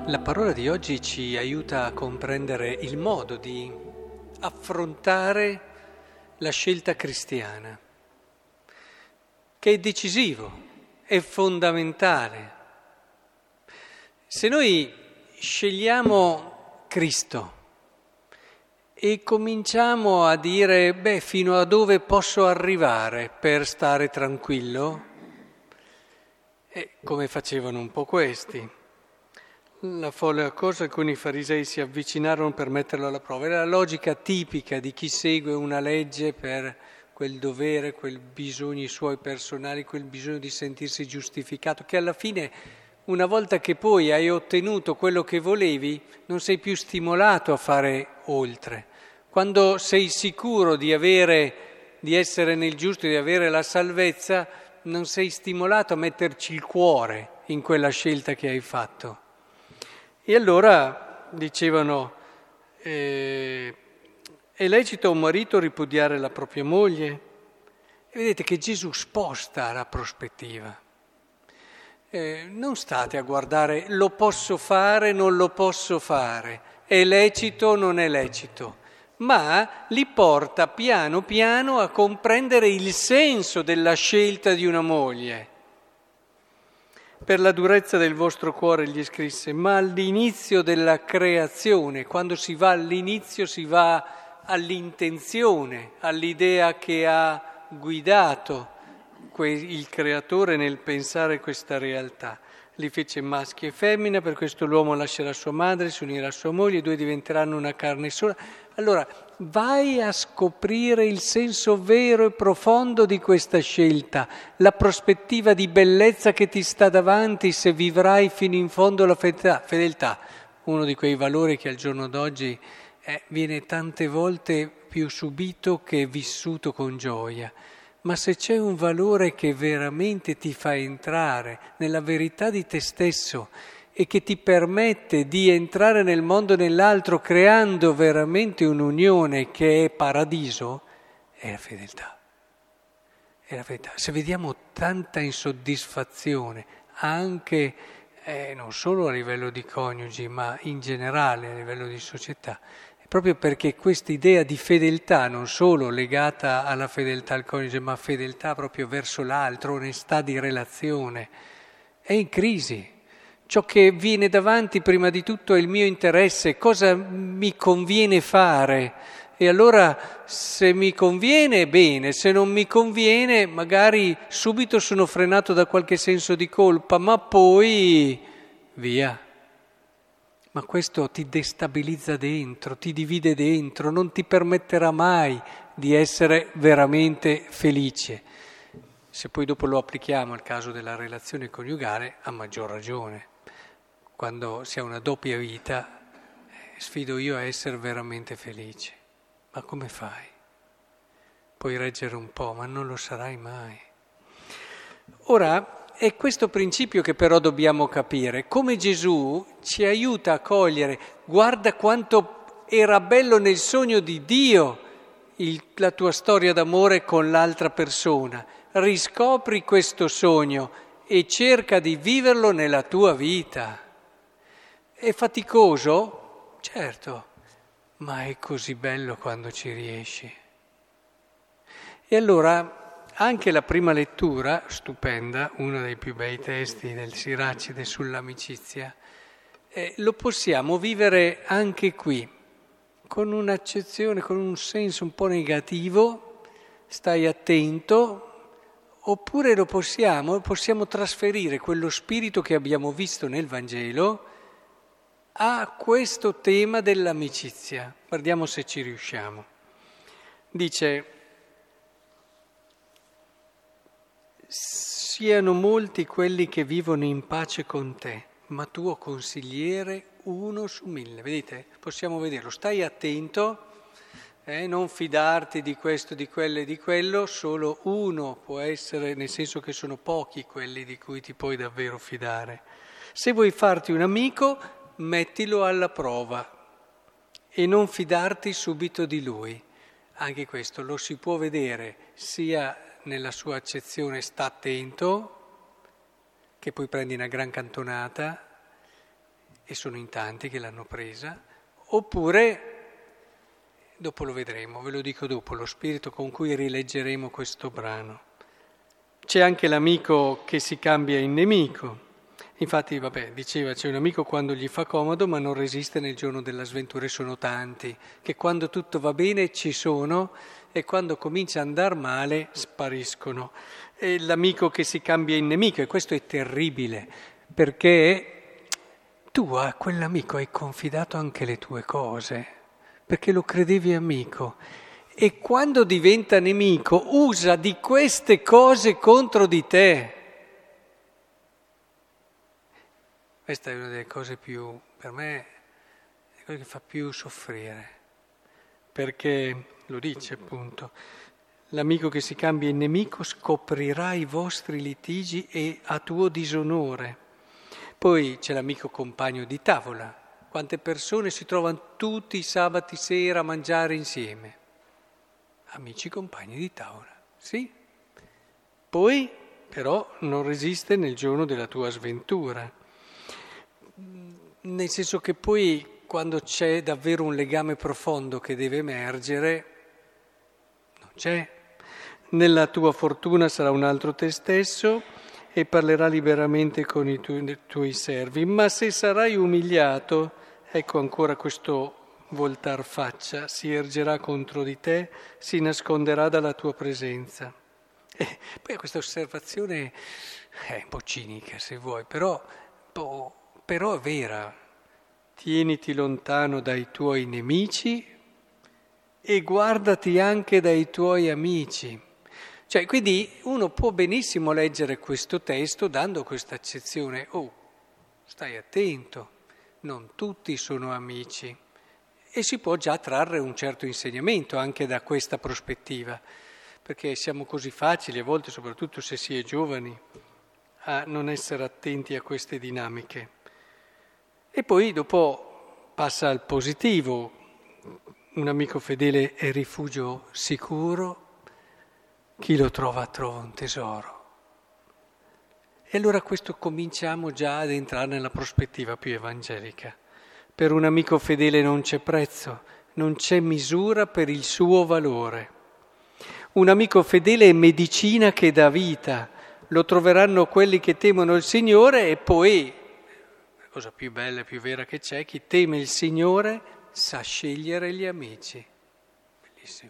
La parola di oggi ci aiuta a comprendere il modo di affrontare la scelta cristiana, che è decisivo, è fondamentale. Se noi scegliamo Cristo e cominciamo a dire, fino a dove posso arrivare per stare tranquillo? Come facevano un po' questi. La folle cosa, alcuni farisei si avvicinarono per metterlo alla prova. Era la logica tipica di chi segue una legge per quel dovere, quel bisogni suoi personali, quel bisogno di sentirsi giustificato, che alla fine, una volta che poi hai ottenuto quello che volevi, non sei più stimolato a fare oltre. Quando sei sicuro di essere nel giusto, di avere la salvezza, non sei stimolato a metterci il cuore in quella scelta che hai fatto. E allora dicevano, è lecito a un marito ripudiare la propria moglie? E vedete che Gesù sposta la prospettiva. Non state a guardare lo posso fare, non lo posso fare, è lecito o non è lecito, ma li porta piano piano a comprendere il senso della scelta di una moglie. Per la durezza del vostro cuore gli scrisse, ma all'inizio della creazione, quando si va all'inizio si va all'intenzione, all'idea che ha guidato il creatore nel pensare questa realtà. Li fece maschi e femmina, per questo l'uomo lascerà sua madre, si unirà a sua moglie, i due diventeranno una carne sola. Allora, vai a scoprire il senso vero e profondo di questa scelta, la prospettiva di bellezza che ti sta davanti se vivrai fino in fondo la fedeltà. Uno di quei valori che al giorno d'oggi viene tante volte più subito che vissuto con gioia. Ma se c'è un valore che veramente ti fa entrare nella verità di te stesso e che ti permette di entrare nel mondo e nell'altro creando veramente un'unione che è paradiso, è la fedeltà. È la fedeltà. Se vediamo tanta insoddisfazione, anche non solo a livello di coniugi, ma in generale a livello di società, proprio perché questa idea di fedeltà, non solo legata alla fedeltà al coniuge, ma fedeltà proprio verso l'altro, onestà di relazione, è in crisi. Ciò che viene davanti prima di tutto è il mio interesse, cosa mi conviene fare. E allora se mi conviene, bene, se non mi conviene, magari subito sono frenato da qualche senso di colpa, ma poi via. Ma questo ti destabilizza dentro, ti divide dentro, non ti permetterà mai di essere veramente felice. Se poi dopo lo applichiamo al caso della relazione coniugale, a maggior ragione. Quando si ha una doppia vita, sfido io a essere veramente felice. Ma come fai? Puoi reggere un po', ma non lo sarai mai. Ora, è questo principio che però dobbiamo capire. Come Gesù ci aiuta a cogliere, guarda quanto era bello nel sogno di Dio la tua storia d'amore con l'altra persona. Riscopri questo sogno e cerca di viverlo nella tua vita. È faticoso? Certo, ma è così bello quando ci riesci. E allora anche la prima lettura, stupenda, uno dei più bei testi del Siracide sull'amicizia, lo possiamo vivere anche qui, con un'accezione, con un senso un po' negativo, stai attento, oppure lo possiamo trasferire quello spirito che abbiamo visto nel Vangelo a questo tema dell'amicizia. Guardiamo se ci riusciamo. Dice: siano molti quelli che vivono in pace con te, ma tuo consigliere uno su 1000. Vedete? Possiamo vederlo. Stai attento, non fidarti di questo, di quello e di quello, solo uno può essere, nel senso che sono pochi quelli di cui ti puoi davvero fidare. Se vuoi farti un amico, mettilo alla prova e non fidarti subito di lui. Anche questo lo si può vedere sia nella sua accezione sta attento, che poi prendi una gran cantonata, e sono in tanti che l'hanno presa, oppure, dopo lo vedremo, ve lo dico dopo, lo spirito con cui rileggeremo questo brano. C'è anche l'amico che si cambia in nemico. Infatti, diceva, c'è un amico quando gli fa comodo, ma non resiste nel giorno della sventura, e sono tanti, che quando tutto va bene ci sono e quando comincia a andare male spariscono. È l'amico che si cambia in nemico, e questo è terribile, perché tu a quell'amico hai confidato anche le tue cose, perché lo credevi amico. E quando diventa nemico usa di queste cose contro di te. Questa è una delle cose più, per me, le cose che fa più soffrire, perché lo dice appunto, l'amico che si cambia in nemico scoprirà i vostri litigi e a tuo disonore. Poi c'è l'amico compagno di tavola, quante persone si trovano tutti i sabati sera a mangiare insieme. Amici compagni di tavola, sì. Poi però non resiste nel giorno della tua sventura. Nel senso che poi quando c'è davvero un legame profondo che deve emergere, non c'è. Nella tua fortuna sarà un altro te stesso e parlerà liberamente con i tuoi servi. Ma se sarai umiliato, ecco ancora questo voltar faccia, si ergerà contro di te, si nasconderà dalla tua presenza. E poi questa osservazione è un po' cinica se vuoi, però è vera. Tieniti lontano dai tuoi nemici e guardati anche dai tuoi amici. Cioè, quindi uno può benissimo leggere questo testo dando questa accezione. Oh, stai attento, non tutti sono amici. E si può già trarre un certo insegnamento anche da questa prospettiva, perché siamo così facili, a volte soprattutto se si è giovani, a non essere attenti a queste dinamiche. E poi dopo passa al positivo, un amico fedele è rifugio sicuro, chi lo trova trova un tesoro. E allora questo cominciamo già ad entrare nella prospettiva più evangelica. Per un amico fedele non c'è prezzo, non c'è misura per il suo valore. Un amico fedele è medicina che dà vita, lo troveranno quelli che temono il Signore e poi, la cosa più bella e più vera che c'è, chi teme il Signore sa scegliere gli amici. Bellissimo.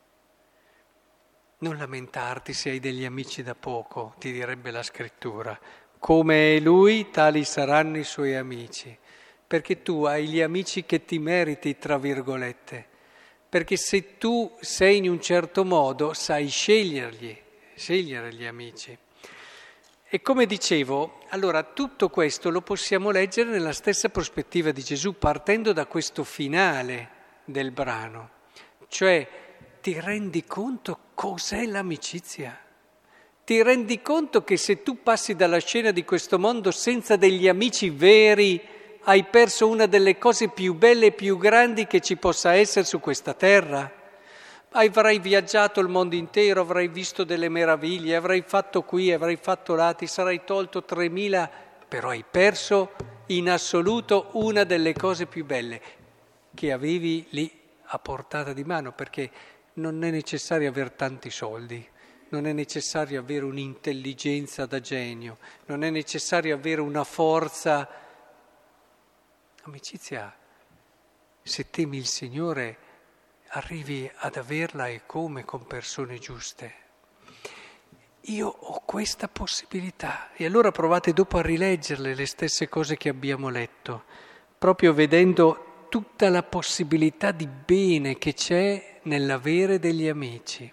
Non lamentarti se hai degli amici da poco, ti direbbe la Scrittura. Come è Lui, tali saranno i Suoi amici. Perché tu hai gli amici che ti meriti, tra virgolette, perché se tu sei in un certo modo sai scegliere gli amici. E come dicevo, allora tutto questo lo possiamo leggere nella stessa prospettiva di Gesù, partendo da questo finale del brano, cioè ti rendi conto cos'è l'amicizia? Ti rendi conto che se tu passi dalla scena di questo mondo senza degli amici veri, hai perso una delle cose più belle e più grandi che ci possa essere su questa terra? Avrai viaggiato il mondo intero, avrai visto delle meraviglie, avrai fatto qui, avrai fatto là, ti sarai tolto 3000, però hai perso in assoluto una delle cose più belle che avevi lì a portata di mano, perché non è necessario avere tanti soldi, non è necessario avere un'intelligenza da genio, non è necessario avere una forza. Amicizia, se temi il Signore, arrivi ad averla e come con persone giuste. Io ho questa possibilità e allora provate dopo a rileggerle le stesse cose che abbiamo letto, proprio vedendo tutta la possibilità di bene che c'è nell'avere degli amici.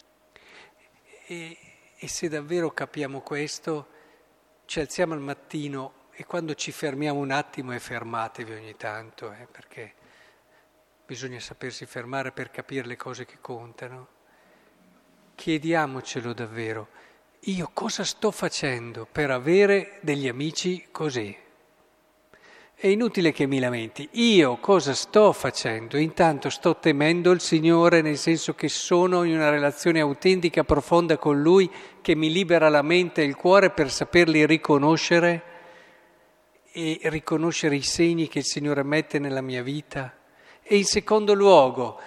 E se davvero capiamo questo, ci alziamo al mattino e quando ci fermiamo un attimo, e fermatevi ogni tanto, perché bisogna sapersi fermare per capire le cose che contano, chiediamocelo davvero. Io cosa sto facendo per avere degli amici così? È inutile che mi lamenti. Io cosa sto facendo? Intanto sto temendo il Signore, nel senso che sono in una relazione autentica, profonda con Lui, che mi libera la mente e il cuore per saperli riconoscere e riconoscere i segni che il Signore mette nella mia vita. E in secondo luogo,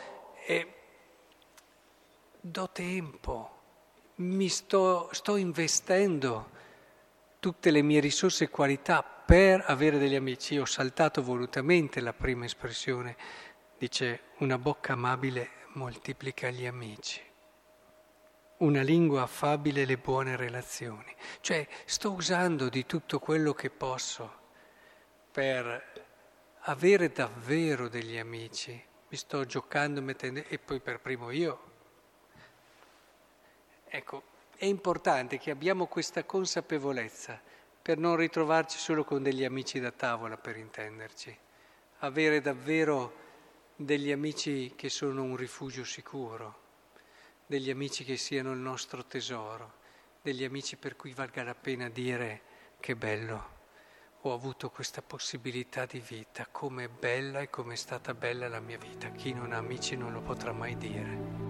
do tempo, sto investendo tutte le mie risorse e qualità per avere degli amici. Io ho saltato volutamente la prima espressione, dice una bocca amabile moltiplica gli amici, una lingua affabile le buone relazioni. Cioè sto usando di tutto quello che posso per avere davvero degli amici, mi sto giocando, mettendo, e poi per primo io. Ecco, è importante che abbiamo questa consapevolezza per non ritrovarci solo con degli amici da tavola, per intenderci, avere davvero degli amici che sono un rifugio sicuro, degli amici che siano il nostro tesoro, degli amici per cui valga la pena dire che bello. Ho avuto questa possibilità di vita, com'è bella e com'è stata bella la mia vita. Chi non ha amici non lo potrà mai dire.